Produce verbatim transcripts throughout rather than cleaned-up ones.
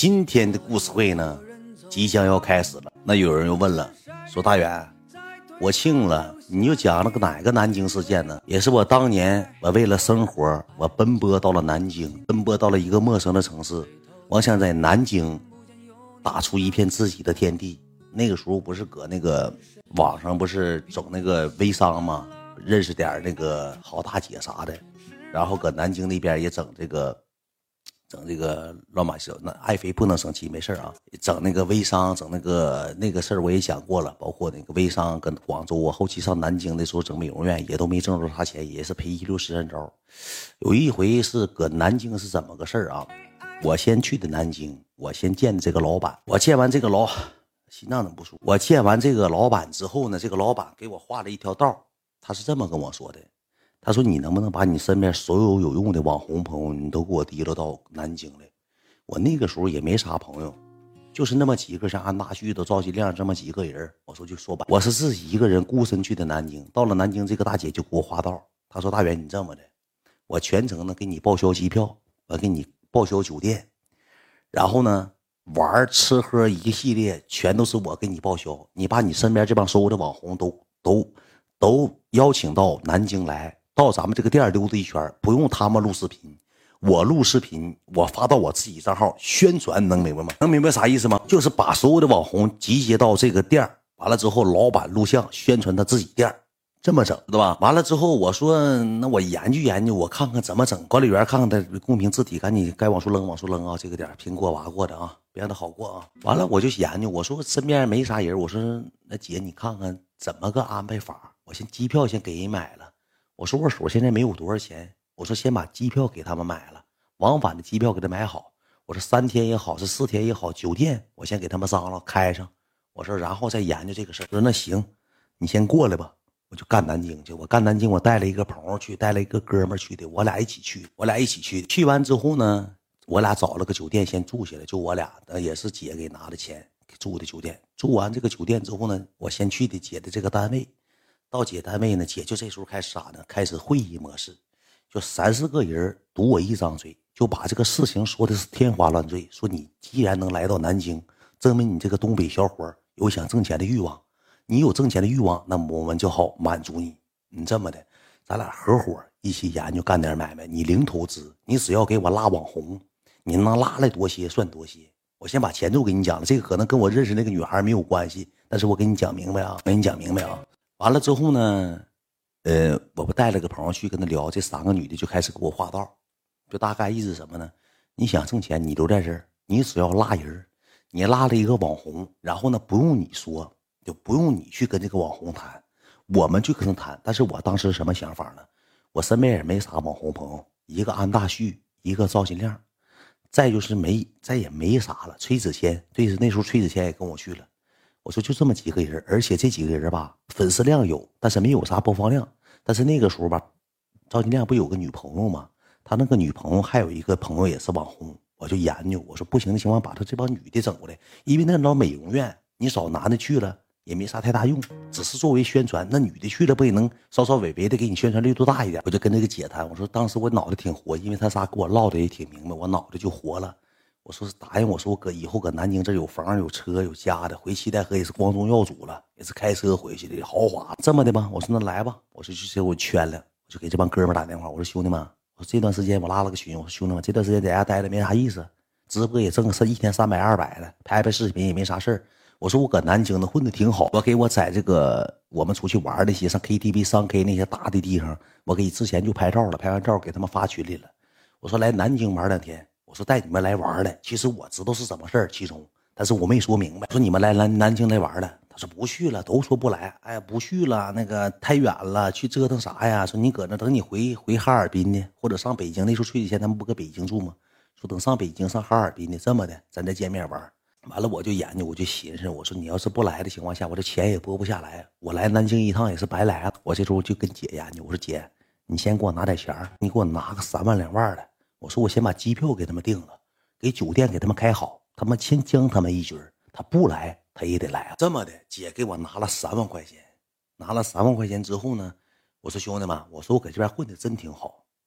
今天的故事会呢，即将要开始了。那有人又问了，说大远，我庆了，你就讲了个哪个南京事件呢？也是我当年我为了生活，我奔波到了南京，奔波到了一个陌生的城市，我想在南京打出一片自己的天地。那个时候不是搁那个网上不是整那个微商吗？认识点那个好大姐啥的，然后搁南京那边也整这个。整这个乱码事，那爱妃不能生气，没事啊。整那个微商，整那个那个事儿我也讲过了，包括那个微商跟广州，我后期上南京的时候整美容院也都没挣着啥钱，也是赔一溜十三招。有一回是搁南京是怎么个事儿啊？我先去的南京，我先见的这个老板，我见完这个老心脏怎么不舒服？我见完这个老板之后呢，这个老板给我画了一条道，他是这么跟我说的。他说你能不能把你身边所有有用的网红朋友你都给我提溜到南京来。我那个时候也没啥朋友，就是那么几个，像安大旭的赵金亮这么几个人。我说就说吧，我是自己一个人孤身去的南京。到了南京，这个大姐就给我画道，她说大远你这么的，我全程呢给你报销机票，我给你报销酒店，然后呢玩吃喝一系列全都是我给你报销，你把你身边这帮所有的网红都都都邀请到南京来，到咱们这个店溜达一圈，不用他们录视频，我录视频，我发到我自己账号宣传，能明白吗？能明白啥意思吗？就是把所有的网红集结到这个店，完了之后老板录像宣传他自己店，这么整，对吧？完了之后我说那我研究研究，我看看怎么整。管理员看看他公平字体，赶紧该往出扔往出扔啊，这个点拼过挖过的啊，别让他好过啊。完了我就研究，我说身边没啥人，我说那姐你看看怎么个安排法，我先机票先给人买了。我说我手现在没有多少钱，我说先把机票给他们买了，往返的机票给他买好。我说三天也好，是四天也好，酒店我先给他们商了开上。我说然后再研究这个事儿。说那行，你先过来吧，我就干南京去。我干南京，我带了一个朋友去，带了一个哥们儿去的，我俩一起去，我俩一起去。去完之后呢，我俩找了个酒店先住下来，就我俩，也是姐给拿的钱住的酒店。住完这个酒店之后呢，我先去的姐的这个单位。到姐单位呢，姐就这时候开始啥呢？开始会议模式，就三四个人堵我一张嘴，就把这个事情说的是天花乱坠。说你既然能来到南京，证明你这个东北小伙有想挣钱的欲望，你有挣钱的欲望，那么我们就好满足你。你这么的，咱俩合伙一起研究干点买卖，你零投资，你只要给我拉网红，你能拉来多些算多些。我先把前奏给你讲了，这个可能跟我认识那个女孩没有关系，但是我给你讲明白啊，给你讲明白啊。完了之后呢，呃，我不带了个朋友去跟他聊，这三个女的就开始给我画道，就大概意思什么呢？你想挣钱，你留在这儿，你只要拉人，你拉了一个网红，然后呢，不用你说，就不用你去跟这个网红谈，我们就跟他谈。但是我当时什么想法呢？我身边也没啥网红朋友，一个安大旭，一个赵金亮，再就是没，再也没啥了。崔子谦，对，那时候崔子谦也跟我去了。我说就这么几个人，而且这几个人吧，粉丝量有，但是没有啥播放量。但是那个时候吧，赵金亮不有个女朋友吗？他那个女朋友还有一个朋友也是网红，我就研究，我说不行的情况，把他这帮女的整过来，因为那老美容院，你找男的去了也没啥太大用，只是作为宣传，那女的去了不也能稍稍微微的给你宣传力度大一点。我就跟那个姐谈，我说当时我脑袋挺活，因为他仨给我唠的也挺明白，我脑袋就活了。我说答应我说我搁以后搁南京这有房有车有家的，回七台河也是光宗耀祖了，也是开车回去的豪华。这么的吧，我说那来吧，我说就我圈了，我就给这帮哥们打电话，我说兄弟们，我说这段时间我拉了个群，我说兄弟们这段时间在家待着没啥意思，直播也挣个一天三百二百的，拍拍视频也没啥事儿。我说我搁南京呢混的挺好，我给我在这个我们出去玩那些上 K T V 上 K 那些大的地方，我给之前就拍照了，拍完照给他们发群里了。我说来南京玩两天。我说带你们来玩的，其实我知道是怎么事儿，其中，但是我没说明白。说你们来南南京来玩的，他说不去了，都说不来。哎呀，不去了，那个太远了，去折腾啥呀？说你搁那等你回回哈尔滨呢，或者上北京。那时候崔子谦他们不搁北京住吗？说等上北京上哈尔滨呢，这么的，咱再见面玩。完了我就研究，我就寻思，我说你要是不来的情况下，我这钱也拨不下来，我来南京一趟也是白来了。我这时候就跟姐研究，我说姐，你先给我拿点钱，你给我拿个三万两万的。我说我先把机票给他们订了，给酒店给他们开好，他们先将他们一军，他不来他也得来啊。这么的，姐给我拿了三万块钱，拿了三万块钱之后呢，我说兄弟们，我说我搁这边混的真挺好，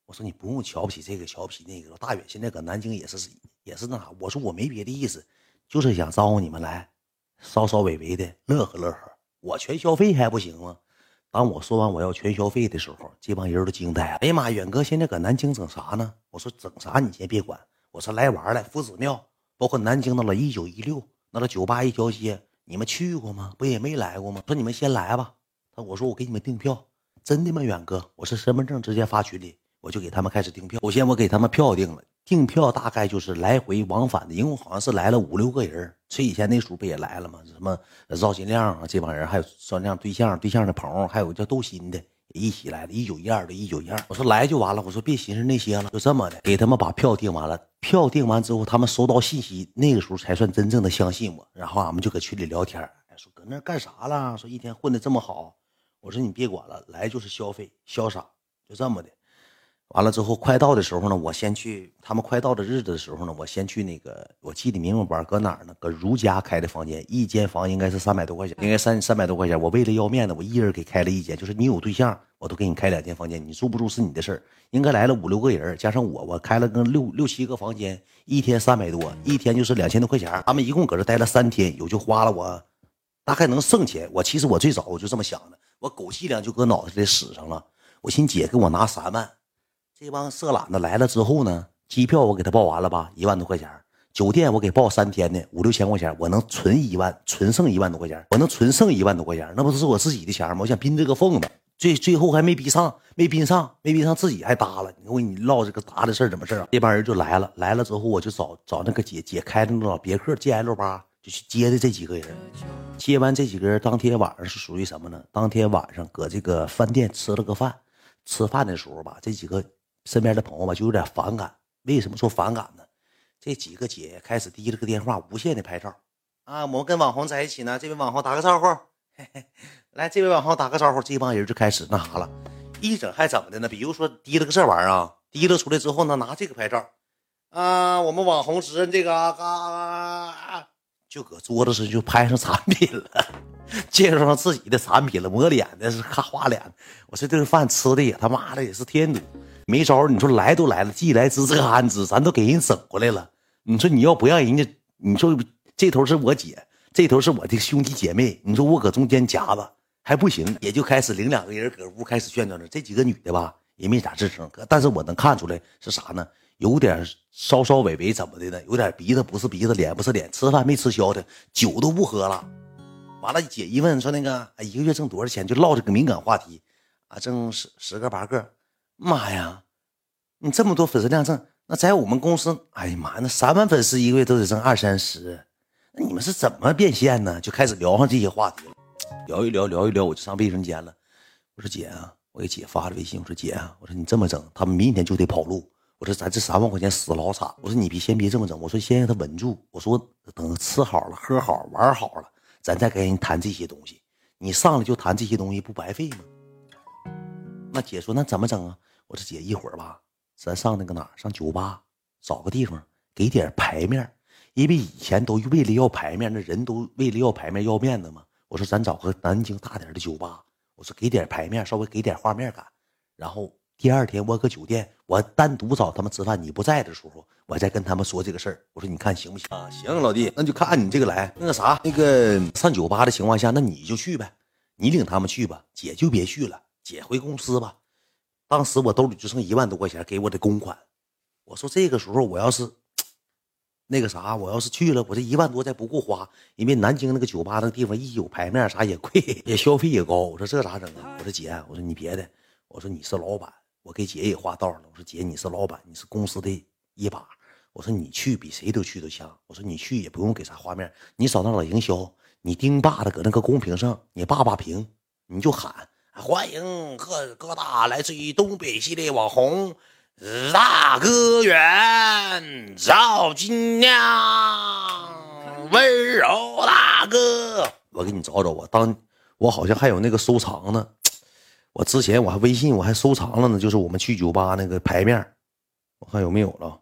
我说你不用瞧不起这个瞧不起那个，大远现在搁南京也是也是那啥。我说我没别的意思，就是想招呼你们来，稍稍微微的乐呵乐呵。我全消费还不行吗？当我说完我要全消费的时候，这帮人都惊呆了。哎呀妈，远哥现在搁南京整啥呢？我说整啥你先别管，我说来玩来夫子庙，包括南京的了一九一六那个酒吧一条街，你们去过吗？不也没来过吗？说你们先来吧。他我说我给你们订票。真的吗远哥？我是身份证直接发群里，我就给他们开始订票。首先我给他们票定了，订票大概就是来回往返的，一共好像是来了五六个人。这以前那时候不也来了吗？什么赵金亮啊这帮人，还有赵金亮对象对象的朋友，还有叫窦鑫的也一起来的，一九一二的一九一二。我说来就完了，我说别寻思那些了，就这么的给他们把票订完了。票订完之后，他们收到信息，那个时候才算真正的相信我。然后俺们就搁群里聊天，说搁那干啥了？说一天混得这么好。我说你别管了，来就是消费潇洒，就这么的。完了之后快到的时候呢，我先去他们快到的日子的时候呢，我先去那个我记得明白班搁哪儿呢？搁如家开的房间，一间房应该是三百多块钱，应该三三百多块钱。我为了要面子，我一人给开了一间，就是你有对象，我都给你开两间房间，你住不住是你的事儿。应该来了五六个人，加上我，我开了个六六七个房间，一天三百多，一天就是两千多块钱。他们一共搁这待了三天，有就花了我大概能剩钱。我其实我最早我就这么想的。我狗气量就搁脑子里使上了，我寻姐给我拿三万，这帮色懒子来了之后呢，机票我给他报完了吧，一万多块钱，酒店我给报三天的五六千块钱，我能存一万，存剩一万多块钱，我能存剩一万多块钱，那不是我自己的钱吗？我想拼这个缝子，最最后还没逼上，没逼上，没逼上，自己还搭了。我跟你唠这个搭的事儿怎么事儿啊？这帮人就来了，来了之后我就找找那个姐姐开的那老别克 G L 八。就去接的这几个人，接完这几个人，当天晚上是属于什么呢？当天晚上搁这个饭店吃了个饭，吃饭的时候吧，这几个身边的朋友吧就有点反感。为什么说反感呢？这几个姐开始提了个电话，无限的拍照啊，我们跟网红在一起呢，这位网红打个招呼，嘿嘿，来，这位网红打个招呼，这帮人就开始那啥了，一整还怎么的呢？比如说提了个这玩意儿啊，提了出来之后呢，拿这个拍照啊，我们网红指认这个啊。啊就搁桌子上就拍上产品了，介绍上自己的产品了，抹脸的是看花脸。我说这个饭吃的也他妈的也是添堵，没招。你说来都来了，既来之则安之，咱都给人整过来了。你说你要不让人家，你说这头是我姐，这头是我的兄弟姐妹，你说我搁中间夹子还不行，也就开始领两个人搁屋开始宣传了。这几个女的吧也没咋吱声，但是我能看出来是啥呢？有点稍稍微微怎么的呢？有点鼻子不是鼻子，脸不是脸，吃饭没吃消的，酒都不喝了。完了，姐一问说那个，哎，一个月挣多少钱？就唠这个敏感话题啊，挣十十个八个。妈呀，你这么多粉丝量挣，那在我们公司，哎呀妈，那三万粉丝一个月都得挣二三十，那你们是怎么变现呢？就开始聊上这些话题了，聊一聊，聊一聊，我就上卫生间了。我说姐啊，我给姐发了微信，我说姐啊，我说你这么整，他们明天就得跑路。我说咱这三万块钱死老惨，我说你别先别这么整，我说先让他稳住，我说等吃好了喝好玩好了，咱再跟人谈这些东西。你上来就谈这些东西不白费吗？那姐说那怎么整啊？我说姐一会儿吧，咱上那个哪儿，上酒吧找个地方给点牌面，因为以前都为了要牌面，那人都为了要牌面要面子嘛。我说咱找个南京大点的酒吧，我说给点牌面，稍微给点画面感，然后第二天我搁酒店，我单独找他们吃饭，你不在的时候，我再跟他们说这个事儿。我说你看行不行啊？行，老弟，那就看你这个来。那个啥，那个上酒吧的情况下，那你就去呗，你领他们去吧，姐就别去了，姐回公司吧。当时我兜里就剩一万多块钱给我的公款。我说这个时候我要是那个啥，我要是去了，我这一万多再不够花，因为南京那个酒吧那个地方一有牌面啥也贵，也消费也高。我说这咋整啊？我说姐，我说你别的，我说你是老板，我给姐也画道了。我说姐，你是老板，你是公司的一把，我说你去比谁都去都强。我说你去也不用给啥画面，你找那老营销，你盯爸的搁那个公屏上，你爸爸屏，你就喊欢迎各各大来自于东北系列网红。大哥远，赵金亮，温柔大哥，我给你找找，我当我好像还有那个收藏呢。我之前我还微信我还收藏了呢，就是我们去酒吧那个牌面，我看有没有了，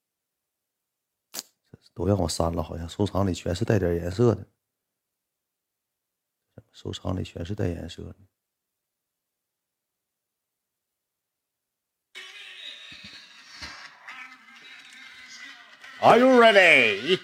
都让我删了，好像收藏里全是带点颜色的，收藏里全是带颜色的。 Are you ready？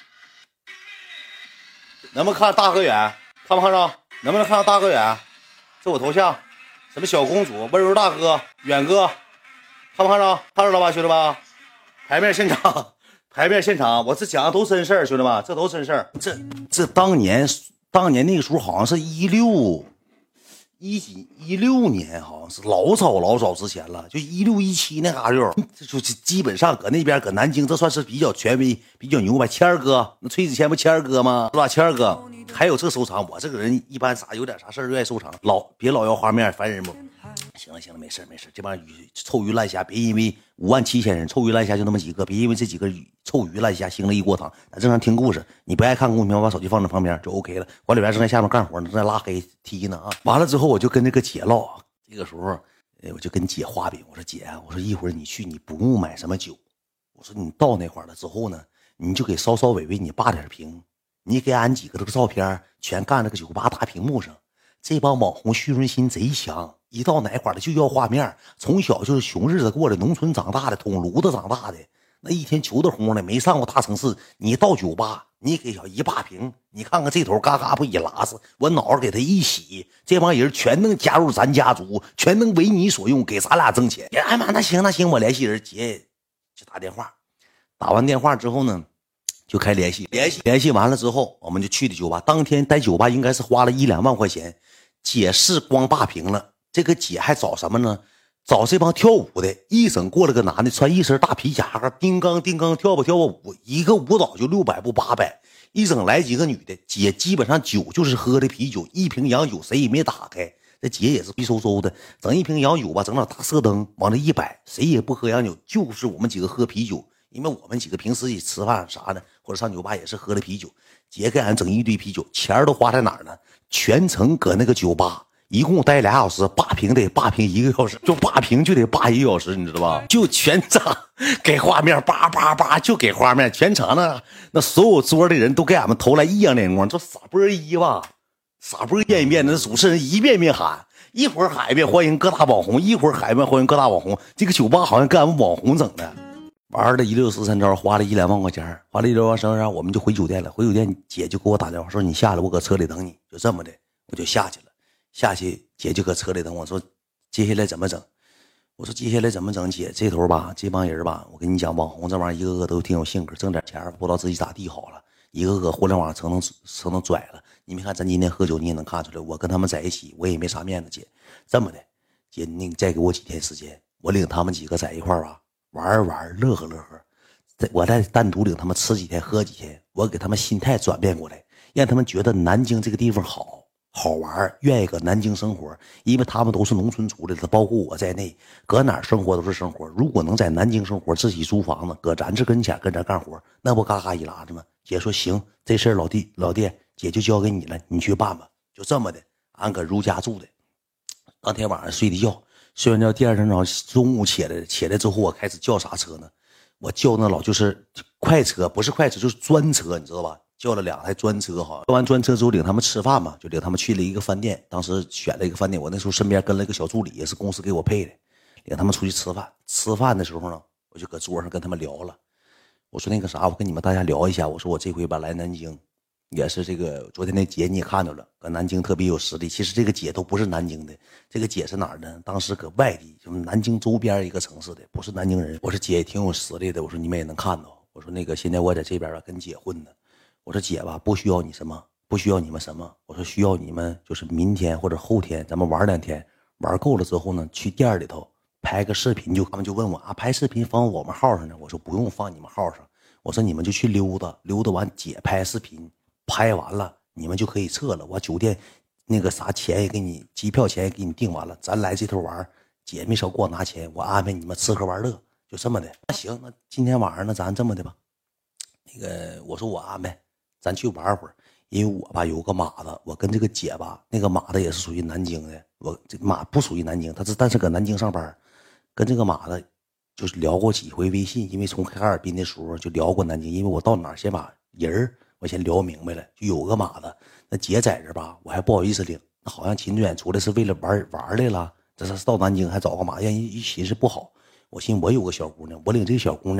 能不能看到大河远？看不看着？能不能看到大河远？这我头像，什么小公主、温柔大哥、远哥，看不看着？看着了吧，兄弟们？牌面现场，牌面现场，我这讲的都真事儿，兄弟们，这都真事儿。这这当年，当年那个时候好像是一六。一几一六年好像是老早老早之前了，就一六一七那嘎溜，就基本上搁那边搁南京，这算是比较权威、比较牛吧。谦儿哥，那崔子谦不谦儿哥吗？是吧？谦儿哥，还有这收藏，我这个人一般啥有点啥事儿愿意收藏，老别老要画面，烦人不？行了行了，没事没事，这帮鱼臭鱼烂虾，别因为五万七千人臭鱼烂虾就那么几个，别因为这几个臭鱼烂虾兴了一锅汤。咱正常听故事，你不爱看公屏，我把手机放在旁边就 OK 了。管理员正在下面干活呢，正在拉黑踢呢啊。完了之后，我就跟这个姐唠，这个时候，我就跟姐画饼，我说姐，我说一会儿你去，你不用买什么酒，我说你到那块了之后呢，你就给稍稍微微你扒点屏，你给俺几个这个照片全干这个酒吧大屏幕上。这帮网红虚荣心贼强，一到哪块的就要画面，从小就是穷日子过的，农村长大的，捅炉子长大的，那一天求的红的，没上过大城市，你到酒吧，你给小一霸屏，你看看这头嘎嘎不一拉死，我脑袋给他一洗，这帮人全能加入咱家族，全能为你所用，给咱俩挣钱。哎妈，那行那行，我联系人，姐就打电话，打完电话之后呢，就开联系，联系联系完了之后，我们就去的酒吧。当天在酒吧应该是花了一两万块钱。姐是光霸屏了，这个姐还找什么呢？找这帮跳舞的，一整过来个男的，穿一身大皮夹克，叮当叮当跳吧跳吧舞，一个舞蹈就六百不八百，一整来几个女的。姐基本上酒就是喝的啤酒，一瓶洋酒谁也没打开，这姐也是逼嗖嗖的，整一瓶洋酒吧，整点大射灯往那一摆，谁也不喝洋酒，就是我们几个喝啤酒，因为我们几个平时也吃饭啥的，或者上酒吧也是喝的啤酒。姐给俺整一堆啤酒，钱都花在哪儿呢？全程搁那个酒吧，一共待俩小时，霸屏得霸屏一个小时，就霸屏就得霸一个小时，你知道吧？就全场给画面叭叭叭，就给画面，全场那那所有桌的人都给俺们投来异样的眼光，说傻波一吧，傻波一遍一遍的，主持人一遍遍喊，一会儿喊一遍欢迎各大网红，一会儿喊一遍欢迎各大网红，这个酒吧好像跟俺们网红整的。玩了一溜十三招，花了一两万块钱，花了一两万三，我们就回酒店了。回酒店，姐就给我打电话说：“你下来，我搁车里等你。”就这么的，我就下去了。下去，姐就搁车里等我说：“接下来怎么整？”我说：“接下来怎么整？姐，这头吧，这帮人吧，我跟你讲，网红这玩意儿一个个都挺有性格，挣点钱不知道自己咋地好了，一个个互联网成能成能拽了。你没看咱今天喝酒，你也能看出来，我跟他们在一起，我也没啥面子。姐，这么的，姐，你再给我几天时间，我领他们几个在一块儿吧。”玩玩乐呵乐呵，我再单独领他们吃几天喝几天，我给他们心态转变过来，让他们觉得南京这个地方好好玩，愿意搁南京生活，因为他们都是农村出来的，包括我在内，搁哪儿生活都是生活。如果能在南京生活，自己租房子，搁咱这跟前跟咱干活，那不嘎嘎一拉子吗？姐说行，这事儿老弟老弟姐就交给你了，你去办吧。就这么的，俺搁如家住的，当天晚上睡的觉。睡完觉，第二天早上中午起来，起来之后我开始叫啥车呢？我叫那老就是快车，不是快车就是专车，你知道吧？叫了两台专车，好像叫完专车之后领他们吃饭嘛，就领他们去了一个饭店，当时选了一个饭店，我那时候身边跟了一个小助理，也是公司给我配的，领他们出去吃饭。吃饭的时候呢，我就搁桌上跟他们聊了，我说那个啥，我跟你们大家聊一下，我说我这回吧来南京。也是这个昨天那姐你也看到了，搁南京特别有实力。其实这个姐都不是南京的，这个姐是哪儿呢？当时搁外地，就是南京周边一个城市的，不是南京人。我说姐也挺有实力的，我说你们也能看到。我说那个现在我在这边吧跟姐混呢，我说姐吧不需要你什么，不需要你们什么，我说需要你们就是明天或者后天咱们玩两天，玩够了之后呢，去店里头拍个视频，就他们就问我啊，拍视频放我们号上呢？我说不用放你们号上，我说你们就去溜达溜达完，姐拍视频。拍完了，你们就可以撤了。我酒店那个啥钱也给你，机票钱也给你订完了。咱来这头玩，姐没少给我拿钱，我安排你们吃喝玩乐，就这么的。那行，那今天晚上呢，咱这么的吧。那个我说我安排，咱去玩会儿。因为我吧有个马子，我跟这个姐吧，那个马子也是属于南京的。我这个马不属于南京，他是但是搁南京上班，跟这个马子就是聊过几回微信。因为从哈尔滨的时候就聊过南京，因为我到哪儿先把人儿。我先聊明白了，就有个马子，那姐在这吧，我还不好意思领。那好像秦志远出来是为了玩玩来了，这是到南京还找个马，让人一寻思不好。我寻我有个小姑娘，我领这个小姑娘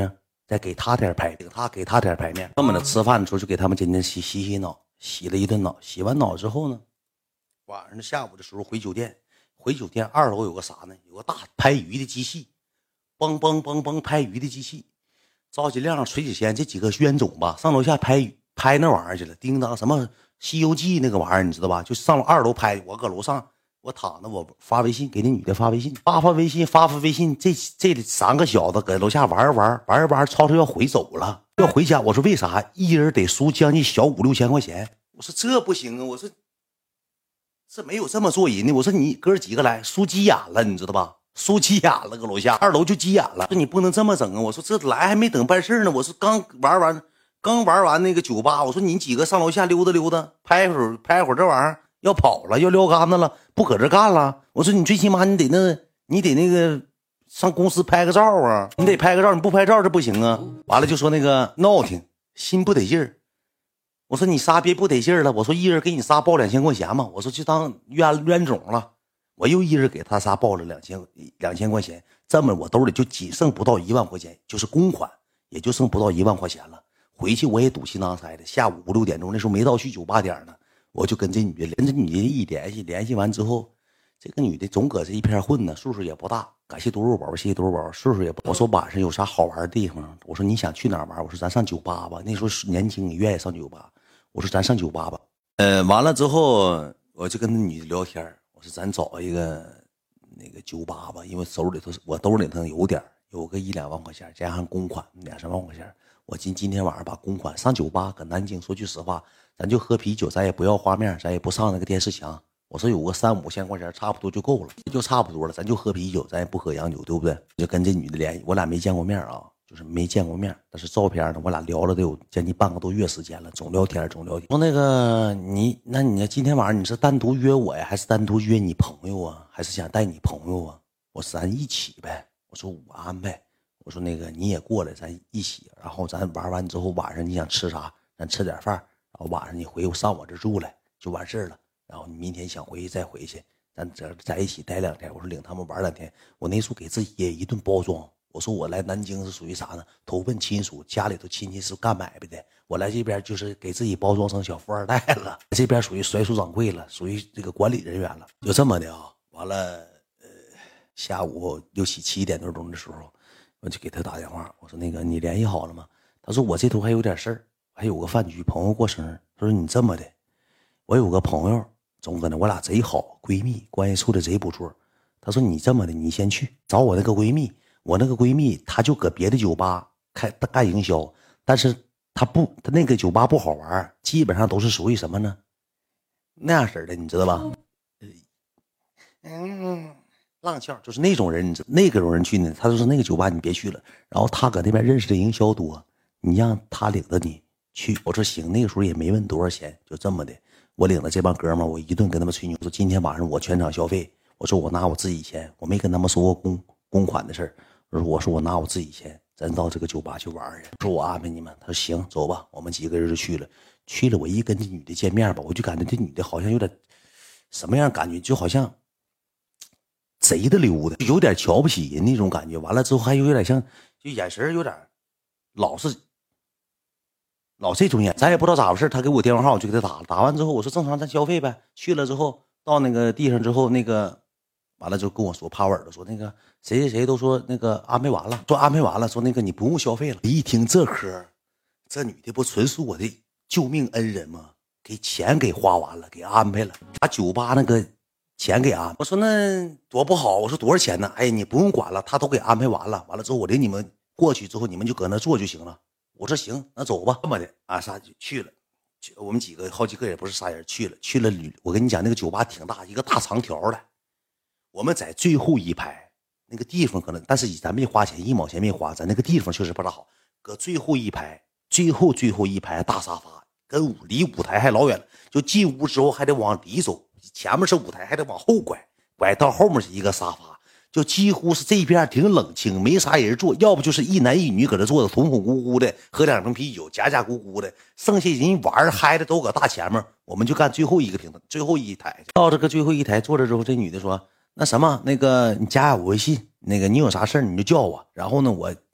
再给他点排给他给他点排面。这么的吃饭的时候就给他们今天洗洗洗脑，洗了一顿脑。洗完脑之后呢，晚上的下午的时候回酒店，回酒店二楼有个啥呢？有个大拍鱼的机器，嘣嘣嘣嘣拍鱼的机器。赵金亮、崔子贤这几个冤种吧，上楼下拍鱼拍那玩意儿去了，叮当什么《西游记》那个玩意儿，你知道吧？就上了二楼拍，我搁楼上。我躺着，我发微信给那女的发微信，发发微信，发发微信。这这三个小子搁楼下玩玩玩玩，吵吵要回走了，要回家。我说为啥？一人得输将近小五六千块钱。我说这不行啊！我说这没有这么做人的。我说你哥几个来，输急眼了，你知道吧？输急眼了，搁楼下二楼就急眼了。说你不能这么整啊！我说这来还没等办事呢。我说刚玩完，刚玩完那个酒吧。我说你几个上楼下溜达溜达，拍会儿拍会儿这玩意儿。要跑了，要撂杆子了，不搁这干了。我说你最起码你得那，你得那个上公司拍个照啊，你得拍个照，你不拍照这不行啊。完了就说那个闹挺，心不得劲儿。我说你仨别不得劲儿了，我说一人给你仨报两千块钱嘛，我说就当冤冤种了。我又一人给他仨报了两千两千块钱，这么我兜里就仅剩不到一万块钱，就是公款，也就剩不到一万块钱了。回去我也赌气囊塞的，下午五六点钟那时候没到去酒吧点呢。我就跟这女的跟这女的一联系，联系完之后，这个女的总搁这一片混呢，岁数也不大。感谢多肉宝，谢谢多肉宝，岁数也不。我说晚上有啥好玩的地方？我说你想去哪儿玩？我说咱上酒吧吧。那时候年轻，你愿意上酒吧？我说咱上酒吧吧。呃，完了之后，我就跟那女的聊天，我说咱找一个那个酒吧吧，因为手里头我兜里头有点，有个一两万块钱，加上公款两三万块钱。我今今天晚上把公款上酒吧，搁南京。说句实话。咱就喝啤酒，咱也不要画面，咱也不上那个电视墙。我说有个三五千块钱差不多就够了，就差不多了。咱就喝啤酒，咱也不喝洋酒，对不对？就跟这女的联系，我俩没见过面啊，就是没见过面，但是照片呢，我俩聊了得有将近半个多月时间了，总聊天总聊天。说那个你，那你今天晚上你是单独约我呀，还是单独约你朋友啊？还是想带你朋友啊？我说咱一起呗。我说我安排。我说那个你也过来，咱一起。然后咱玩完之后，晚上你想吃啥，咱吃点饭。然后晚上你回上我这住来就完事了，然后你明天想回去再回去，咱这在一起待两天。我说领他们玩两天，我那时候给自己也一顿包装。我说我来南京是属于啥呢？投奔亲属，家里头亲戚是干买卖的，我来这边就是给自己包装成小富二代了，这边属于甩手掌柜了，属于这个管理人员了，就这么的啊。完了，呃，下午六七七点多钟的时候，我就给他打电话，我说那个你联系好了吗？他说我这头还有点事儿。还有个饭局，朋友过生日。他说你这么的，我有个朋友总搁那，我俩贼好，闺蜜关系处的贼不错。他说你这么的，你先去找我那个闺蜜，我那个闺蜜她就搁别的酒吧开干营销，但是她不，她那个酒吧不好玩，基本上都是属于什么呢？那样式的，你知道吧？嗯，浪俏，就是那种人，你知道那种人去呢，他就说那个酒吧你别去了。然后他搁那边认识的营销多，你让他领着你。去，我说行，那个时候也没问多少钱，就这么的，我领着这帮哥们，我一顿跟他们吹牛，说今天晚上我全场消费，我说我拿我自己钱，我没跟他们说过公公款的事儿，我说我说我拿我自己钱，咱到这个酒吧去玩去，说我安排你们，他说行，走吧，我们几个人就去了，去了，我一跟这女的见面吧，我就感觉这女的好像有点什么样感觉，就好像贼的溜的，有点瞧不起人那种感觉，完了之后还有点像，就眼神有点老是。老这种眼，咱也不知道咋回事。他给我电话号，我就给他打。打完之后，我说正常，咱消费呗。去了之后，到那个地上之后，那个完了就跟我说，趴我耳朵说，那个谁谁谁都说那个安排完了，说安排完了，说那个你不用消费了。一听这嗑，这女的不纯属我的救命恩人吗？给钱给花完了，给安排了，把酒吧那个钱给安排。我说那多不好，我说多少钱呢？哎，你不用管了，他都给安排完了。完了之后，我领你们过去之后，你们就搁那坐就行了。我说行，那走吧。这么的啊，啥就去了。我们几个好几个也不是仨人去了，去了。我跟你讲，那个酒吧挺大，一个大长条的。我们在最后一排那个地方可能，但是咱没花钱，一毛钱没花，咱那个地方确实不大好。搁最后一排，最后最后一排大沙发，跟舞离舞台还老远了。就进屋之后还得往里走，前面是舞台，还得往后拐，拐到后面是一个沙发。就几乎是这边挺冷清，没啥人坐，要不就是一男一女搁这坐着，统统咕咕的喝两瓶啤酒，假假咕咕的。剩下人玩嗨的都搁大前面，我们就干最后一个平台，最后一台。到这个最后一台坐着之后，这女的说：“那什么，那个你加下我微信，那个你有啥事你就叫我。然后呢，我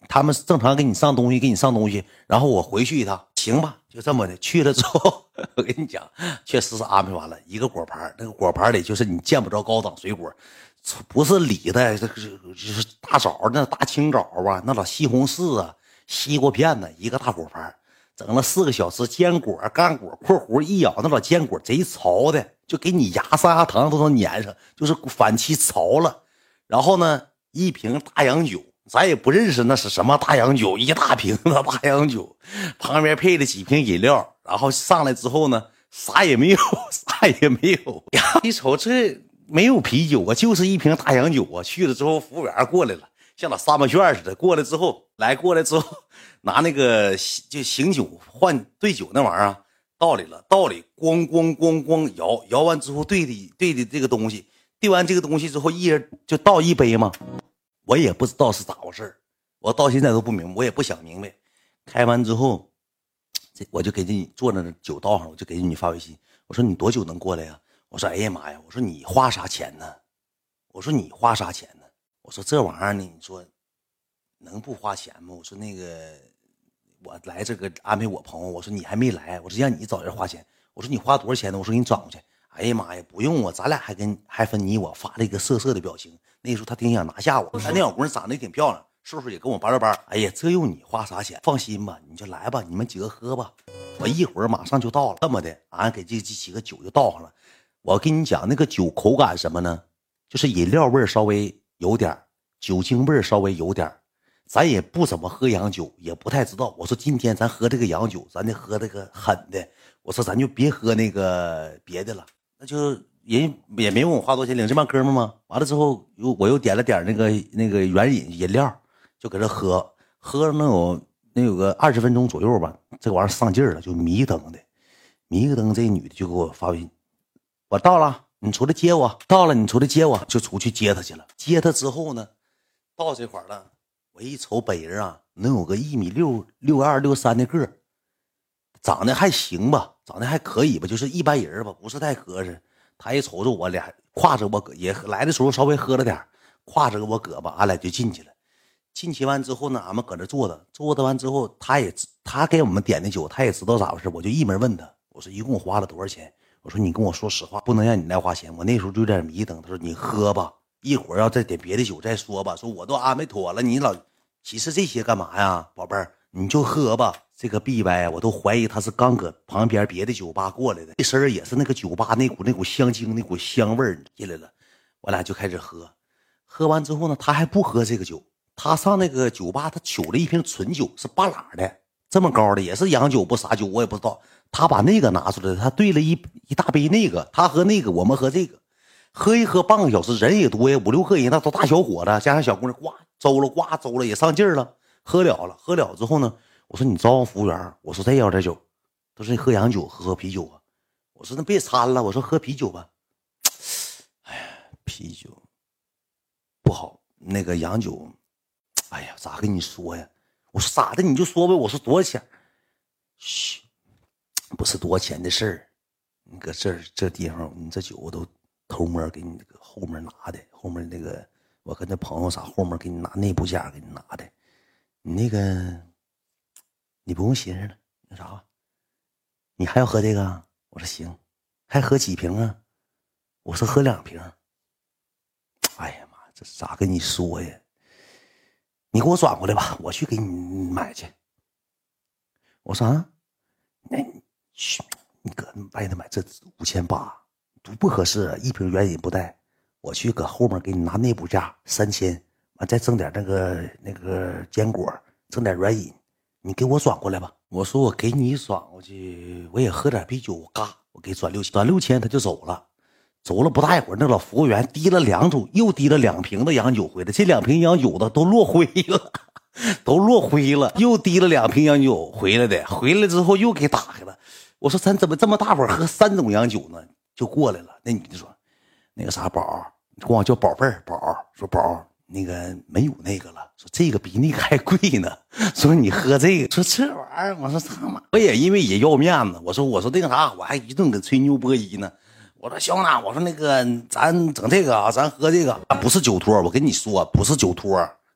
他们正常给你上东西，给你上东西，然后我回去一趟，行吧，就这么的。去了之后，我跟你讲，确实是安排完了一个果盘，那个果盘里就是你见不着高档水果，不是李的，这个就是大枣，那大青枣啊，那老西红柿啊，西瓜片呢，一个大果盘，整了四个小时，坚果、干果（括弧一咬那老坚果贼潮的，就给你牙砂牙糖都能粘上，就是反期潮了。然后呢，一瓶大洋酒。咱也不认识那是什么大洋酒，一大瓶子大洋酒，旁边配了几瓶饮料，然后上来之后呢，啥也没有，啥也没有呀！一瞅这没有啤酒啊，就是一瓶大洋酒啊。去了之后，服务员过来了，像那沙漠旋似的，过来之后来过来之后，拿那个就醒酒换兑酒那玩意儿啊，倒里了，倒里咣咣咣咣摇，摇完之后兑的兑的这个东西，兑完这个东西之后，一人就倒一杯嘛。我也不知道是咋回事，我到现在都不明白，我也不想明白。开完之后，这我就给你坐那酒道上，我就给你发微信，我说你多久能过来呀？我说哎呀妈呀，我说你花啥钱呢？我说你花啥钱呢？我说这玩意儿呢，你说能不花钱吗？我说那个我来这个安排我朋友，我说你还没来，我说让你找人花钱，我说你花多少钱呢？我说给你转过去。哎呀妈呀，不用啊，咱俩还跟还分你我，发了一个色色的表情。那时候他挺想拿下我，但那小姑娘长得也挺漂亮，叔叔也跟我叭叭叭。哎呀，这用你花啥钱？放心吧，你就来吧，你们几个喝吧，我一会儿马上就到了。这么的，俺给这这几个酒就倒上了。我跟你讲，那个酒口感什么呢？就是饮料味稍微有点，酒精味稍微有点。咱也不怎么喝洋酒，也不太知道。我说今天咱喝这个洋酒，咱得喝这个狠的。我说咱就别喝那个别的了。那就人也没问我花多少钱，领这帮哥们吗？完了之后又我又点了点那个那个原饮饮料，就搁这喝，喝了能有能有个二十分钟左右吧。这个玩意儿上劲儿了，就迷瞪的，迷瞪这女的就给我发微信，我到了，你出来接我。到了，你出来接我，就出去接她去了。接她之后呢，到这块了，我一瞅本人啊，能有个一米六六二六三的个儿。长得还行吧，长得还可以吧，就是一般人吧，不是太合适。他一瞅着我俩，挎着我胳也来的时候稍微喝了点，挎着我胳膊，俺俩就进去了。进去完之后呢，俺们搁这坐着，坐着完之后，他也他给我们点的酒，他也知道咋回事，我就一门问他，我说一共花了多少钱？我说你跟我说实话，不能让你来花钱。我那时候就有点迷瞪，他说你喝吧，一会儿要再点别的酒再说吧。说我都安排妥了，你老其实这些干嘛呀，宝贝儿，你就喝吧。这个 B Y 我都怀疑他是刚搁旁边别的酒吧过来的，这身也是那个酒吧那股那股香精那股香味儿进来了。我俩就开始喝，喝完之后呢，他还不喝这个酒，他上那个酒吧他取了一瓶纯酒，是半拉的，这么高的，也是洋酒不啥酒我也不知道。他把那个拿出来，他兑了一一大杯那个，他喝那个，我们喝这个，喝一喝半个小时，人也多呀，五六个人，那都大小伙子，加上小姑娘，呱走了，呱走了，也上劲儿了，喝了了，喝了之后呢。我说你招呼服务员，我说再要点酒，他说你喝洋酒喝喝啤酒啊，我说那别掺了，我说喝啤酒吧。哎呀，啤酒不好，那个洋酒，哎呀，咋跟你说呀？我说咋的你就说呗，我说多少钱？嘘，不是多少钱的事儿，你搁这儿这地方，你这酒我都偷摸给你后面拿的，后面那个我跟那朋友啥后面给你拿内部价给你拿的，你那个。你不用寻思了，那啥吧，你还要喝这个？我说行，还喝几瓶啊？我说喝两瓶。哎呀妈，这咋跟你说呀？你给我转过来吧，我去给你买去。我说啊，那你去，你搁外头买这五千八，都不合适啊，一瓶原饮不带。我去搁后面给你拿内部价三千，完再整点那个那个坚果，整点原饮。你给我转过来吧。我说我给你转过去，我也喝点啤酒，我嘎，我给转六千，转六千他就走了。走了不大一会儿，那老服务员提了两组，又提了两瓶的洋酒回来，这两瓶洋酒的都落灰了，都落灰了。又提了两瓶洋酒回来的，回来之后又给打开了。我说咱怎么这么大伙喝三种洋酒呢？就过来了。那女的说，那个啥宝，你管我叫宝贝儿，宝说宝。那个没有那个了，说这个比那个还贵呢。说你喝这个，说这玩意儿，我说他妈，我也因为也要面子，我说我说那个啥，我还一顿跟吹牛波一呢。我说兄弟，我说那个咱整这个啊，咱喝这个，不是酒托，我跟你说不是酒托，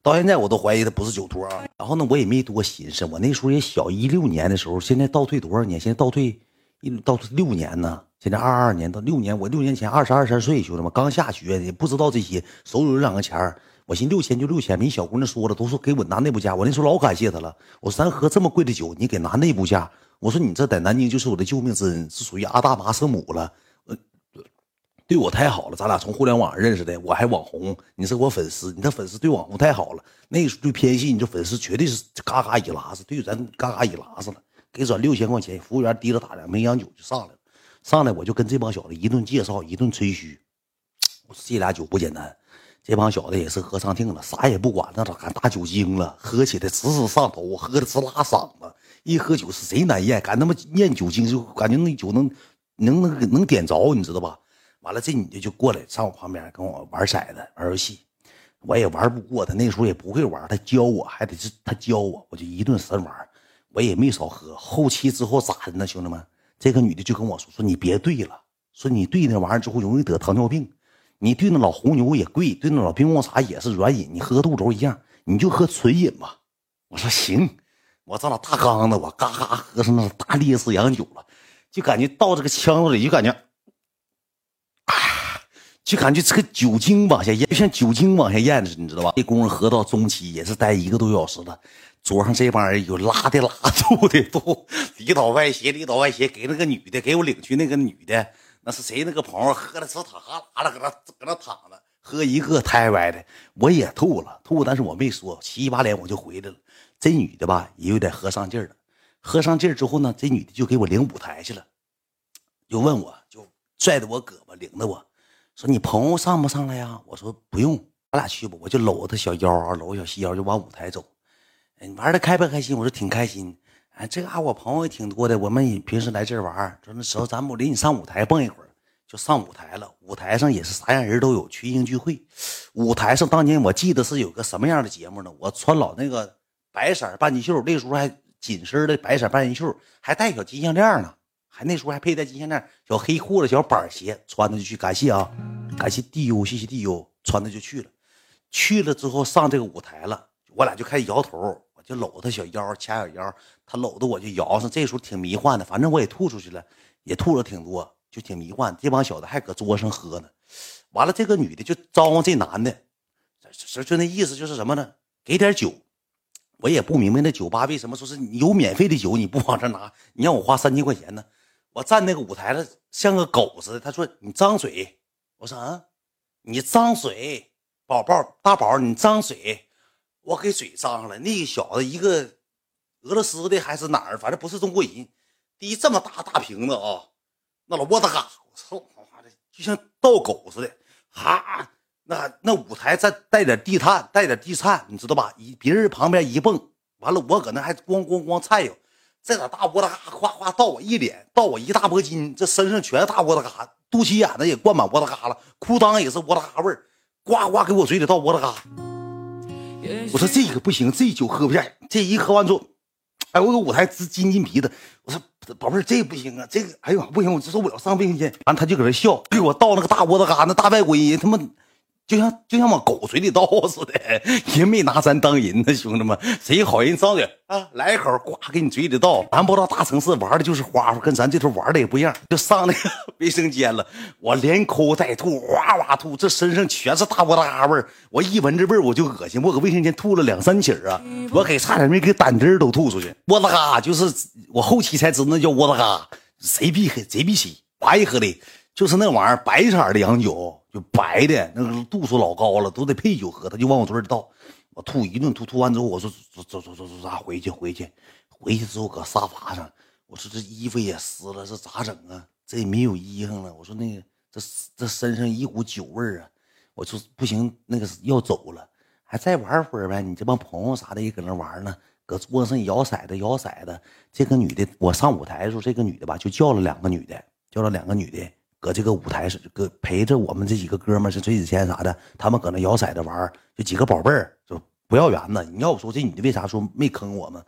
到现在我都怀疑他不是酒托啊。然后呢，我也没多寻思，我那时候也小，一六年的时候，现在倒退多少年？现在倒退一倒退六年呢。现在二二年到六年，我六年前二十二三岁，兄弟们刚下学，也不知道这些，手里有两个钱儿，我寻六千就六千，没小姑娘说了，都说给我拿内部价，我那时候老感谢他了。我说咱喝这么贵的酒，你给拿内部价，我说你这在南京就是我的救命之恩，是属于阿大妈圣母了，呃，对我太好了，咱俩从互联网上认识的，我还网红，你是我粉丝，你这粉丝对网红太好了，那个时候对偏心，你这粉丝绝对是嘎嘎一拉子，对咱嘎嘎一拉子了，给转六千块钱，服务员提了打两瓶洋酒就上来了。上来我就跟这帮小子一顿介绍，一顿吹嘘。我说这俩酒不简单，这帮小子也是喝上腚了，啥也不管，那咋敢大酒精了，喝起来直直上头，喝的直拉嗓子。一喝酒是谁难咽，敢他妈咽酒精，就感觉那酒能能能能点着，你知道吧？完了，这女的就过来上我旁边跟我玩骰子、玩游戏，我也玩不过她，那时候也不会玩，她教我，还得是她教我，我就一顿神玩，我也没少喝。后期之后咋的呢，兄弟们？这个女的就跟我说说你别兑了，说你兑那玩意儿之后容易得糖尿病，你兑那老红牛也贵，兑那老冰红茶也是软饮，你喝肚轴一样，你就喝纯饮吧。我说行，我这老大缸子，我嘎嘎喝上那大烈士洋酒了，就感觉到这个腔子里就感觉啊，就感觉这个酒精往下咽，就像酒精往下咽似的，你知道吧？这功夫喝到中期也是待一个多小时了。桌上这帮人有拉的拉住的，都里倒外斜，里倒外斜，给那个女的，给我领去那个女的，那是谁那个朋友喝的直淌哈喇了，搁那搁那躺着，喝一个太歪的，我也吐了，吐，但是我没说，七八脸我就回来了。这女的吧也有点喝上劲儿了，喝上劲儿之后呢，这女的就给我领舞台去了，就问我，就拽着我胳膊领着我说你朋友上不上来呀？我说不用，咱俩去吧，我就搂着小腰啊，搂着小细腰就往舞台走。你玩的开不开心？我说挺开心。哎，这嘎、啊、我朋友也挺多的，我们也平时来这儿玩，说那时候咱们领你上舞台蹦一会儿，就上舞台了。舞台上也是啥样人都有，群英聚会。舞台上当年我记得是有个什么样的节目呢？我穿老那个白色半截袖，那时候还紧身的白色半截袖，还带小金项链呢，还那时候还佩戴金项链，小黑裤子、小板鞋，穿着就去。感谢啊，感谢地优，谢谢地优，穿着就去了。去了之后上这个舞台了，我俩就开始摇头。就搂他小腰，掐小腰，他搂着我就摇上。这时候挺迷幻的，反正我也吐出去了，也吐了挺多，就挺迷幻。这帮小子还搁桌上喝呢。完了，这个女的就招呼这男的，就就那意思就是什么呢？给点酒。我也不明白那酒吧为什么说是你有免费的酒你不往这拿，你让我花三千块钱呢？我站那个舞台了像个狗似的。他说你张嘴，我说啊，你张嘴，宝宝大宝你张嘴。我给嘴张上了，那个小子一个俄罗斯的还是哪儿，反正不是中国人。第一这么大大瓶子啊，那老窝子嘎，我操他妈的，就像倒狗似的，哈，那那舞台再带点地毯，带点地颤，你知道吧？一别人旁边一蹦，完了我搁那还咣咣咣菜哟，这俩大窝子嘎哗哗倒我一脸，倒我一大脖筋，这身上全是大窝子嘎，肚脐眼子也灌满窝子嘎了，裤裆也是窝子嘎味儿，呱呱给我嘴里倒窝子嘎。我说这个不行，这酒喝不下，这一喝完之后，哎，我搁舞台直筋筋皮的。我说宝贝儿，这不行啊，这个哎呦不行，我受不了，上卫生间。完他就搁这笑，给我倒那个大窝子嘎，那大外国人他妈就像就像往狗嘴里倒似的，人没拿咱当人呢，兄弟们，谁好人张嘴啊，来一口，呱给你嘴里倒。咱不知道大城市玩的就是花花，跟咱这头玩的也不一样。就上那个卫生间了，我连抠带吐，哗哗吐，这身上全是大窝子嘎味儿。我一闻这味儿我就恶心，我搁卫生间吐了两三起啊，我给差点没给胆汁都吐出去。窝子嘎就是我后期才知道那叫窝子嘎，谁必黑谁必洗，白喝的。就是那玩意儿白色的洋酒，就白的，那个度数老高了，都得配酒喝。他就往我嘴里倒，我吐一顿吐，吐完之后我说走走走走走，咋回去回去？回去之后搁沙发上，我说这衣服也湿了，这咋整啊？这也没有衣裳了。我说那个这这身上一股酒味儿啊，我说不行，那个要走了，还再玩会儿呗。你这帮朋友啥的也搁那玩呢，搁桌上摇骰子摇骰子。这个女的，我上舞台的时候，这个女的吧就叫了两个女的，叫了两个女的。搁这个舞台是搁陪着我们这几个哥们是崔子谦啥的，他们搁那摇骰子玩，就几个宝贝儿就不要缘呢。你要我说这女的为啥说没坑我们？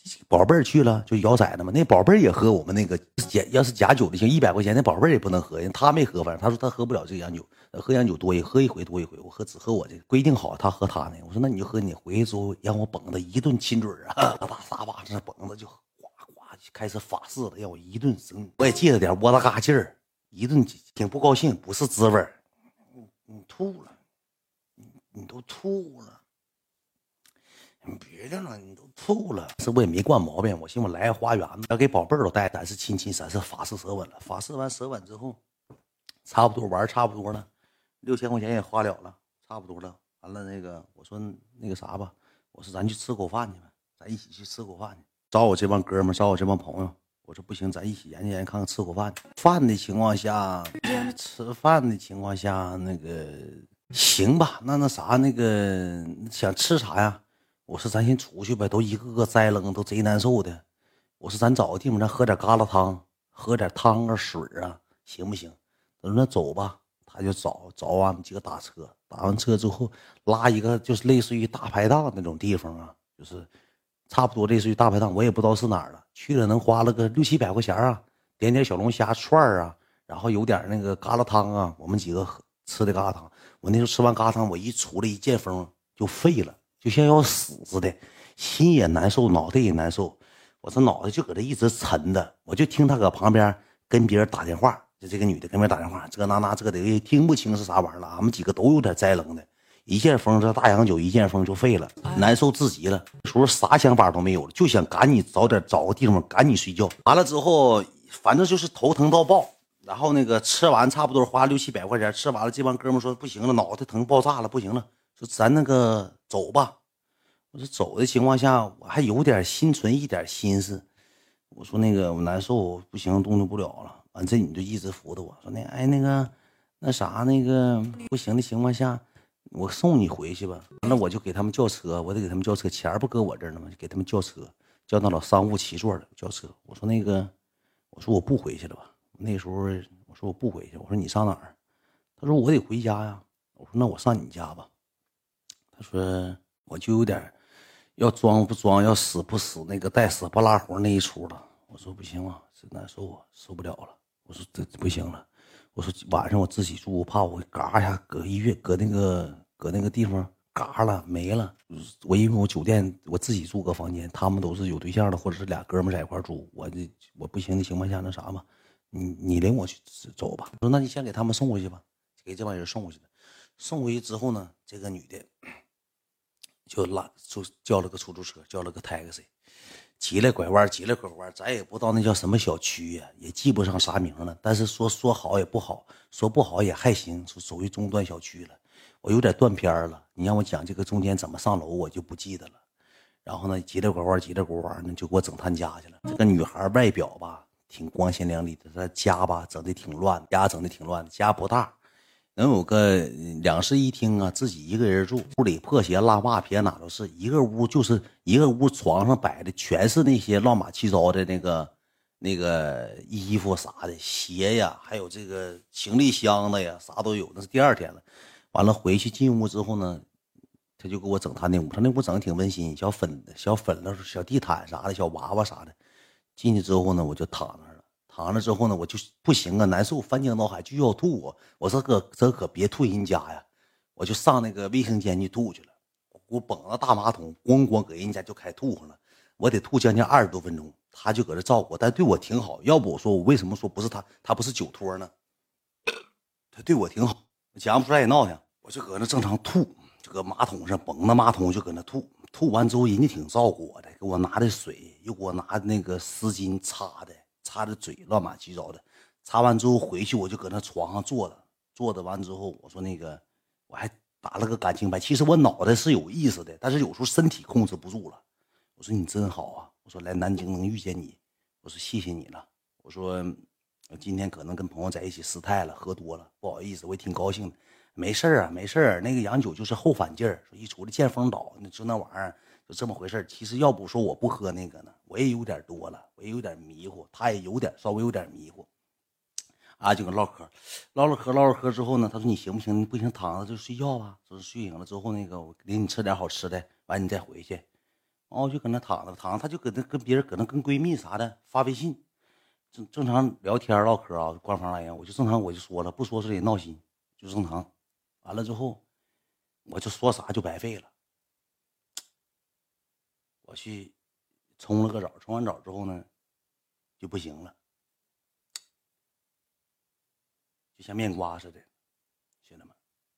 宝贝儿去了就摇骰子嘛，那宝贝儿也喝我们那个假，要是假酒的行，一百块钱那宝贝儿也不能喝，人他没喝，反正他说他喝不了这个洋酒，喝洋酒多一喝一回多一回，我喝只喝我这个，规定好他喝他那个，我说那你就喝你回去之后让我捧的一顿亲嘴啊，大撒把这捧的就哗哗就开始法式了，让我一顿生，我也借了点窝大嘎劲儿，一顿挺不高兴，不是滋味儿，你你吐了，你你都吐了。你别的了，你都吐了，是我也没惯毛病。我寻思我来个花园子，要给宝贝儿都带，咱是亲亲，咱是法式舌吻了。法式完舌吻之后，差不多玩差不多了，六千块钱也花了了，差不多了。完了那个，我说那个啥吧，我说咱去吃口饭去吧，咱一起去吃口饭去。找我这帮哥们，找我这帮朋友，我说不行，咱一起研究研究，看看吃口饭去。饭的情况下，吃饭的情况下，那个行吧，那那啥，那个想吃啥呀？我说咱先出去呗，都一个个栽楞，都贼难受的。我说咱找个地方，咱喝点疙瘩汤，喝点汤啊水啊，行不行？他说那走吧，他就找找完我们几个打车，打完车之后拉一个就是类似于大排档那种地方啊，就是差不多类似于大排档，我也不知道是哪儿了。去了能花了个六七百块钱啊，点点小龙虾串啊，然后有点那个疙瘩汤啊，我们几个吃的疙瘩汤。我那时候吃完疙瘩汤，我一出来一见风就废了。就像要死似的，心也难受，脑袋也难受。我这脑袋就搁这一直沉的，我就听他搁旁边跟别人打电话，就这个女的跟别人打电话，这那那这个的也听不清是啥玩意儿了。俺们几个都有点栽楞的，一见风这大洋酒一见风就废了，难受至极了。说啥想法都没有了，就想赶紧早点找个地方赶紧睡觉。完了之后，反正就是头疼到爆。然后那个吃完差不多花六七百块钱，吃完了这帮哥们说不行了，脑袋疼爆炸了，不行了。说咱那个走吧，我说走的情况下，我还有点心存一点心思。我说那个我难受，不行，动弹不了了。完这你就一直扶着我说那哎那个那啥那个不行的情况下，我送你回去吧。完了我就给他们叫车，我得给他们叫车，钱不搁我这儿呢吗？就给他们叫车，叫那老商务七座的叫车。我说那个我说我不回去了吧。那时候我说我不回去，我说你上哪儿？他说我得回家呀。我说那我上你家吧。他说我就有点要装不装，要死不死，那个带死不拉活那一出了。我说不行啊，这难受啊，受不了了。我说这不行了。我说晚上我自己住，我怕我嘎一下搁医院，搁那个搁那个地方嘎了没了。我因为我酒店我自己住个房间，他们都是有对象的，或者是俩哥们在一块住。我这我不行的情况下，那啥吧，你你领我去走吧。我说那你先给他们送回去吧，给这帮人送回去的。送回去之后呢，这个女的就拉就叫了个出租车，叫了个 taxi， 急了拐弯，急了拐弯，咱也不知道那叫什么小区呀、啊，也记不上啥名了。但是说说好也不好，说不好也还行，属于中端小区了。我有点断片了，你让我讲这个中间怎么上楼，我就不记得了。然后呢，急了拐弯，急了拐弯呢，就给我整他家去了。这个女孩外表吧，挺光鲜亮丽的，她家吧整的挺乱，家整的挺乱，家不大。能有个两室一厅啊，自己一个人住，屋里破鞋烂袜撇哪都是，一个屋就是一个屋，床上摆的全是那些乱码七糟的那个那个衣服啥的，鞋呀，还有这个行李箱子呀，啥都有。那是第二天了，完了回去进屋之后呢，他就给我整他那屋，他那屋整的挺温馨，小粉小粉了，小地毯啥的，小娃娃啥的。进去之后呢，我就躺那儿了。躺了之后呢，我就不行啊，难受，翻江倒海，就要吐啊！我说可这可别吐人家呀，我就上那个卫生间去吐去了。我捧着大马桶，咣咣搁人家就开吐上了。我得吐将近二十多分钟，他就搁这照顾我，但对我挺好。要不我说我为什么说不是他，他不是酒托呢？他对我挺好，讲不出来也闹腾。我就搁那正常吐，就搁马桶上捧着马桶就搁那吐。吐完之后，人家挺照顾我的，给我拿的水，又给我拿那个湿巾擦的。擦着嘴乱码七糟的，擦完之后回去我就搁那床上坐着，坐着完之后我说那个我还打了个感情牌。其实我脑袋是有意识的，但是有时候身体控制不住了。我说你真好啊，我说来南京能遇见你，我说谢谢你了。我说今天可能跟朋友在一起失态了，喝多了，不好意思，我也挺高兴的。没事啊，没事，那个洋酒就是后反劲儿，说一出来见风倒，那就那玩意儿。就这么回事。其实要不说我不喝那个呢，我也有点多了，我也有点迷糊，他也有点稍微有点迷糊啊，就跟唠嗑唠唠嗑唠唠嗑之后呢，他说你行不行？你不行躺着就睡觉吧。说睡醒了之后那个我领你吃点好吃的，完你再回去。 然后我就搁那躺着躺着，她就搁那跟别人搁那跟闺蜜啥的发微信，正正常聊天唠嗑啊，官方来言，我就正常我就说了，不说是得闹心，就正常。完了之后，我就说啥就白费了。我去冲了个澡，冲完澡之后呢，就不行了，就像面瓜似的，兄弟们，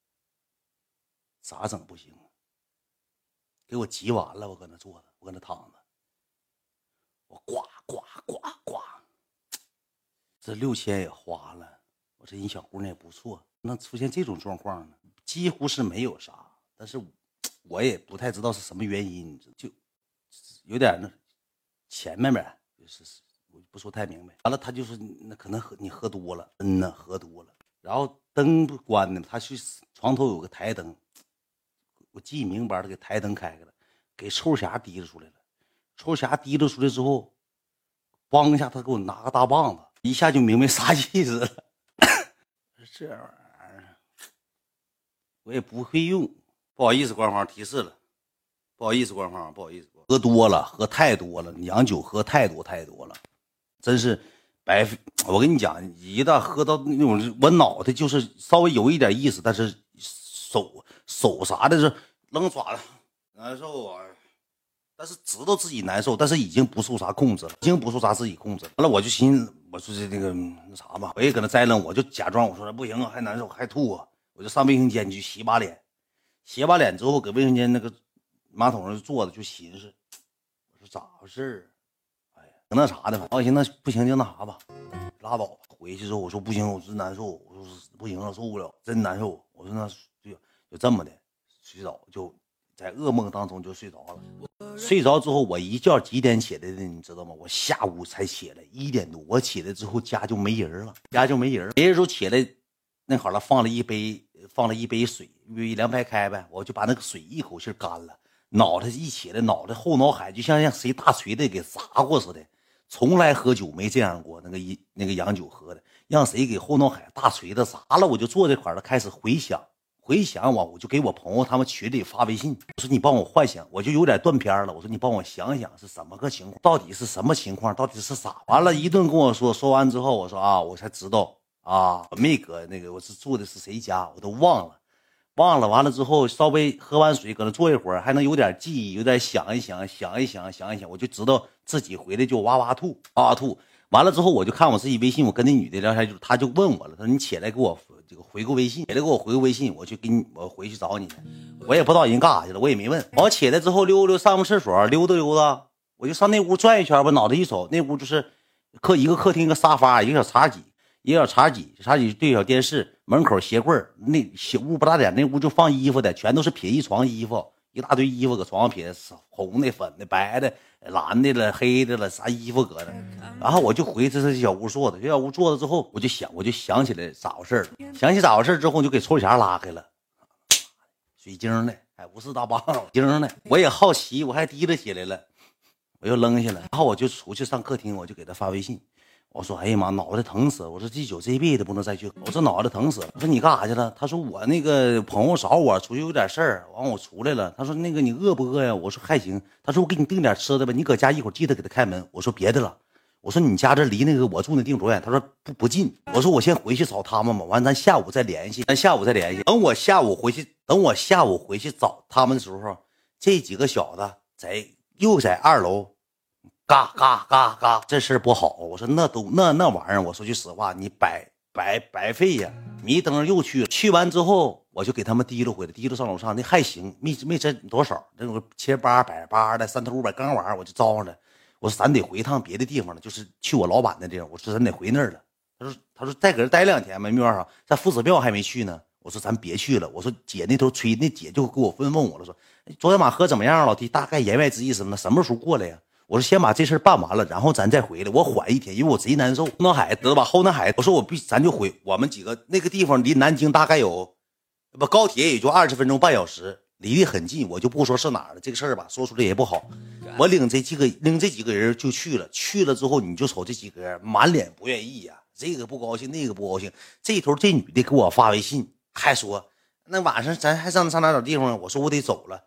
咋整不行？给我急完了，我搁那坐着，我搁那躺着，我呱呱呱呱，这六千也花了，我这人小姑娘也不错。那出现这种状况呢，几乎是没有啥，但是我也不太知道是什么原因，就有点那前面呗，就是我不说太明白。完了，他就是那可能喝你喝多了，真的喝多了。然后灯不关的，他去床头有个台灯，我记明白，他给台灯开开了，给抽匣提溜出来了。抽匣提溜出来之后，帮一下他给我拿个大棒子，一下就明白啥意思了。这玩意儿我也不会用，不好意思，官方提示了，不好意思，官方不好意思，喝多了，喝太多了，洋酒喝太多太多了，真是白费。我跟你讲，一旦喝到那种，我脑袋就是稍微有一点意思，但是手手啥的是扔爪子难受啊。但是知道自己难受，但是已经不受啥控制了，已经不受啥自己控制了。完了，我就寻思，我说这那个那啥吧，我也搁那栽楞，我就假装我说不行，还难受，还吐啊，我就上卫生间去洗把脸，洗把脸之后，搁卫生间那个马桶上坐着就寻思，我说咋回事啊？哎呀，那啥的，我寻思那不行就那啥吧，拉倒吧。回去之后我说不行，我真难受，我说不行了，受不了，真难受。我说那就就这么的，洗澡就。在噩梦当中就睡着了，睡着之后我一觉几点起来的你知道吗？我下午才起来，一点多。我起来之后家就没人了，家就没人了。没人时候起来，那会儿了放了一杯放了一杯水，因为凉白开呗，我就把那个水一口气干了。脑袋一起来，脑袋后脑海就像让谁大锤子给砸过似的。从来喝酒没这样过，那个一那个洋酒喝的，让谁给后脑海大锤子砸了。我就坐这块了，开始回想。回想我，我就给我朋友他们群里发微信，我说你帮我幻想，我就有点断片了。我说你帮我想想是什么个情况，到底是什么情况，到底是啥？完了，一顿跟我说，说完之后，我说啊，我才知道啊，我没搁那个，我是住的是谁家，我都忘了，忘了。完了之后，稍微喝完水，搁那坐一会儿，还能有点记忆，有点想一想，想一想，想一想，我就知道自己回来就哇哇吐，哇哇吐。完了之后，我就看我自己微信，我跟那女的聊天，就她就问我了，她说你起来给我这个回个微信，起来给我回个微信，我去给你，我回去找你去。我也不知道人干啥去了，我也没问。我起来之后溜溜上厕所，溜达溜达，我就上那屋转一圈，我脑袋一瞅，那屋就是客一个客厅，一个沙发，一个小茶几，一个小茶几，茶几对小电视，门口鞋柜，那小屋不大点，那屋就放衣服的，全都是撇一床衣服。一大堆衣服搁床上撇，红的、粉的、白的、蓝的了、黑的了，啥衣服搁那。然后我就回这这小屋坐着，这小屋坐着之后，我就想，我就想起来咋回事了。想起咋回事之后，就给抽匣拉开了，水晶的，还不是大棒子，晶的。我也好奇，我还提溜起来了，我又扔下了。然后我就出去上客厅，我就给他发微信。我说哎呀妈，脑袋疼死了！我说这酒这辈子不能再去。我说脑袋疼死了。我说你干啥去了？他说我那个朋友找我出去有点事儿，完我出来了。他说那个你饿不饿呀？我说还行。他说我给你订点吃的吧，你搁家一会儿记得给他开门。我说别的了。我说你家这离那个我住那地方多远？他说不不近。我说我先回去找他们吧，完咱下午再联系，咱下午再联系。等我下午回去，等我下午回去找他们的时候，这几个小子在又在二楼。嘎嘎嘎嘎，这事儿不好。我说那都那那玩意儿，我说句实话，你白白白费呀。迷瞪又去了，去完之后我就给他们提溜回来，提溜上楼上，那还行，没没真多少，那种切八百八的三头五百刚玩，我就招上了。我说咱得回一趟别的地方了，就是去我老板的地方。我说咱得回那儿了。他说他说再搁这待两天吧，没办法，在夫子庙还没去呢。我说咱别去了。我说姐那头催，那姐就给我问问我了，说昨天晚喝怎么样？老弟大概言外之意什么呢？什么时候过来呀？我说先把这事办完了，然后咱再回来。我缓一天，因为我贼难受。后脑海知道吧？后脑海，我说我必咱就回。我们几个那个地方离南京大概有不高铁也就二十分钟半小时，离得很近。我就不说是哪儿了，这个事儿吧说出来也不好。我领这几个领这几个人就去了，去了之后你就瞅这几个人满脸不愿意呀、啊，这个不高兴，那个不高兴。这头这女的给我发微信，还说那晚上咱还上上哪找地方？我说我得走了。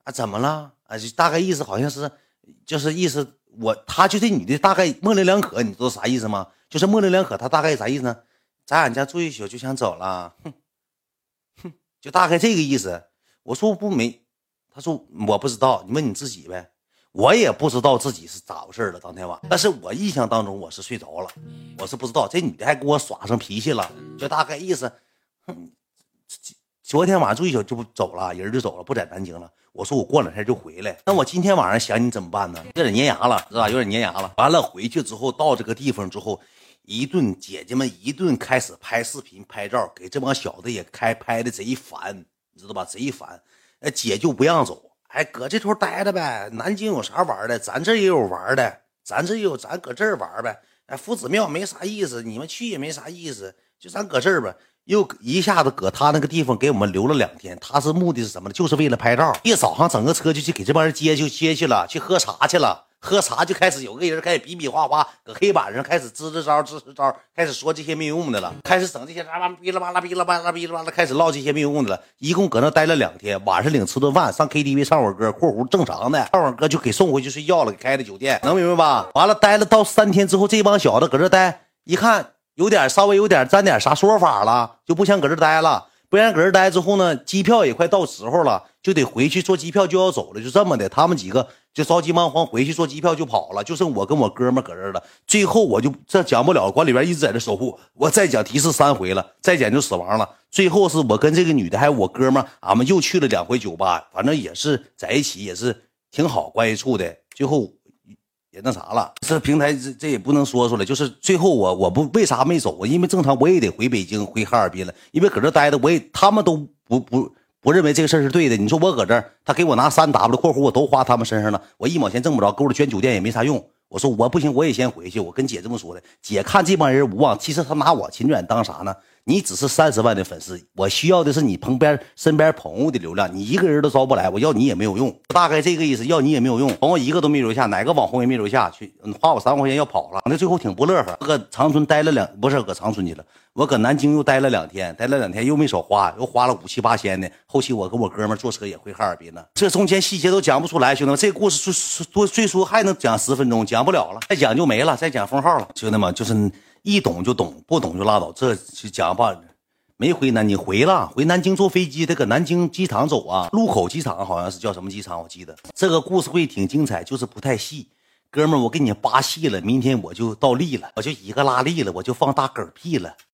啊，怎么了？啊，就大概意思好像是，就是意思我他就这女的大概模棱两可，你知道啥意思吗？就是模棱两可，他大概啥意思呢？在俺家住一宿就想走了，哼哼，就大概这个意思。我说不没，他说我不知道，你问你自己呗。我也不知道自己是咋回事了，当天晚上，但是我印象当中我是睡着了，我是不知道这女的还给我耍上脾气了，就大概意思，哼，昨天晚上住一宿就不走了，人就走了，不在南京了。我说我过两天就回来，那我今天晚上想你怎么办呢？有点粘牙了，是吧？有点粘牙了。完了回去之后到这个地方之后，一顿姐姐们一顿开始拍视频拍照，给这帮小子也开拍的贼烦，你知道吧？贼烦。呃，姐就不让走，哎，搁这头待着呗。南京有啥玩的？咱这也有玩的，咱这也有，咱搁这儿玩呗。哎，夫子庙没啥意思，你们去也没啥意思，就咱搁这儿吧。又一下子搁他那个地方给我们留了两天，他是目的是什么呢？就是为了拍照。一早上整个车就去给这帮人接就接去了，去喝茶去了。喝茶就开始有个人开始比比划划，搁黑板上开始支支招支支招，开始说这些没用的了，开始整这些啥哔啦吧啦哔啦吧啦哔啦吧啦，开始唠这些没用的了。一共搁那待了两天，晚上领吃顿饭，上 K T V 唱会儿歌（括弧正常的），唱会儿歌就给送回去睡觉了，给开的酒店，能明白吧？完了待了到三天之后，这帮小子搁这待，一看有点稍微有点沾点啥说法了，就不想搁这待了。不然搁这待之后呢，机票也快到时候了，就得回去坐机票就要走了，就这么的。他们几个就着急忙慌回去坐机票就跑了，就剩我跟我哥们搁这了。最后我就这讲不了，管里边一直在这守护。我再讲提示三回了，再讲就死亡了。最后是我跟这个女的还有我哥们，俺们又去了两回酒吧，反正也是在一起，也是挺好关系处的。最后也那啥了，这平台这这也不能说出来，就是最后我我不为啥没走啊？因为正常我也得回北京回哈尔滨了，因为搁这待的我也他们都不不不认为这个事儿是对的。你说我搁这儿，他给我拿三 W 括弧我都花他们身上了，我一毛钱挣不着，给我捐酒店也没啥用。我说我不行，我也先回去。我跟姐这么说的，姐看这帮人无望，其实他拿我秦远当啥呢？你只是三十万的粉丝，我需要的是你旁边身边朋友的流量，你一个人都招不来，我要你也没有用，大概这个意思，要你也没有用，朋友一个都没留下，哪个网红也没留下去，花我三块钱要跑了，那最后挺不乐呵。搁长春待了两，不是搁长春去了，我搁南京又待了两天，待了两天又没少花，又花了五七八千的。后期我跟我哥们坐车也回哈尔滨了，这中间细节都讲不出来，兄弟们，这故事最最说还能讲十分钟，讲不了了，再讲就没了，再讲封号了，兄弟们，就是一懂就懂，不懂就拉倒。这就讲吧，没回南京，回了，回南京坐飞机得搁南京机场走啊，禄口机场好像是叫什么机场，我记得这个故事会挺精彩，就是不太细。哥们儿，我给你扒细了，明天我就倒立了，我就一个拉力了，我就放大嗝屁了。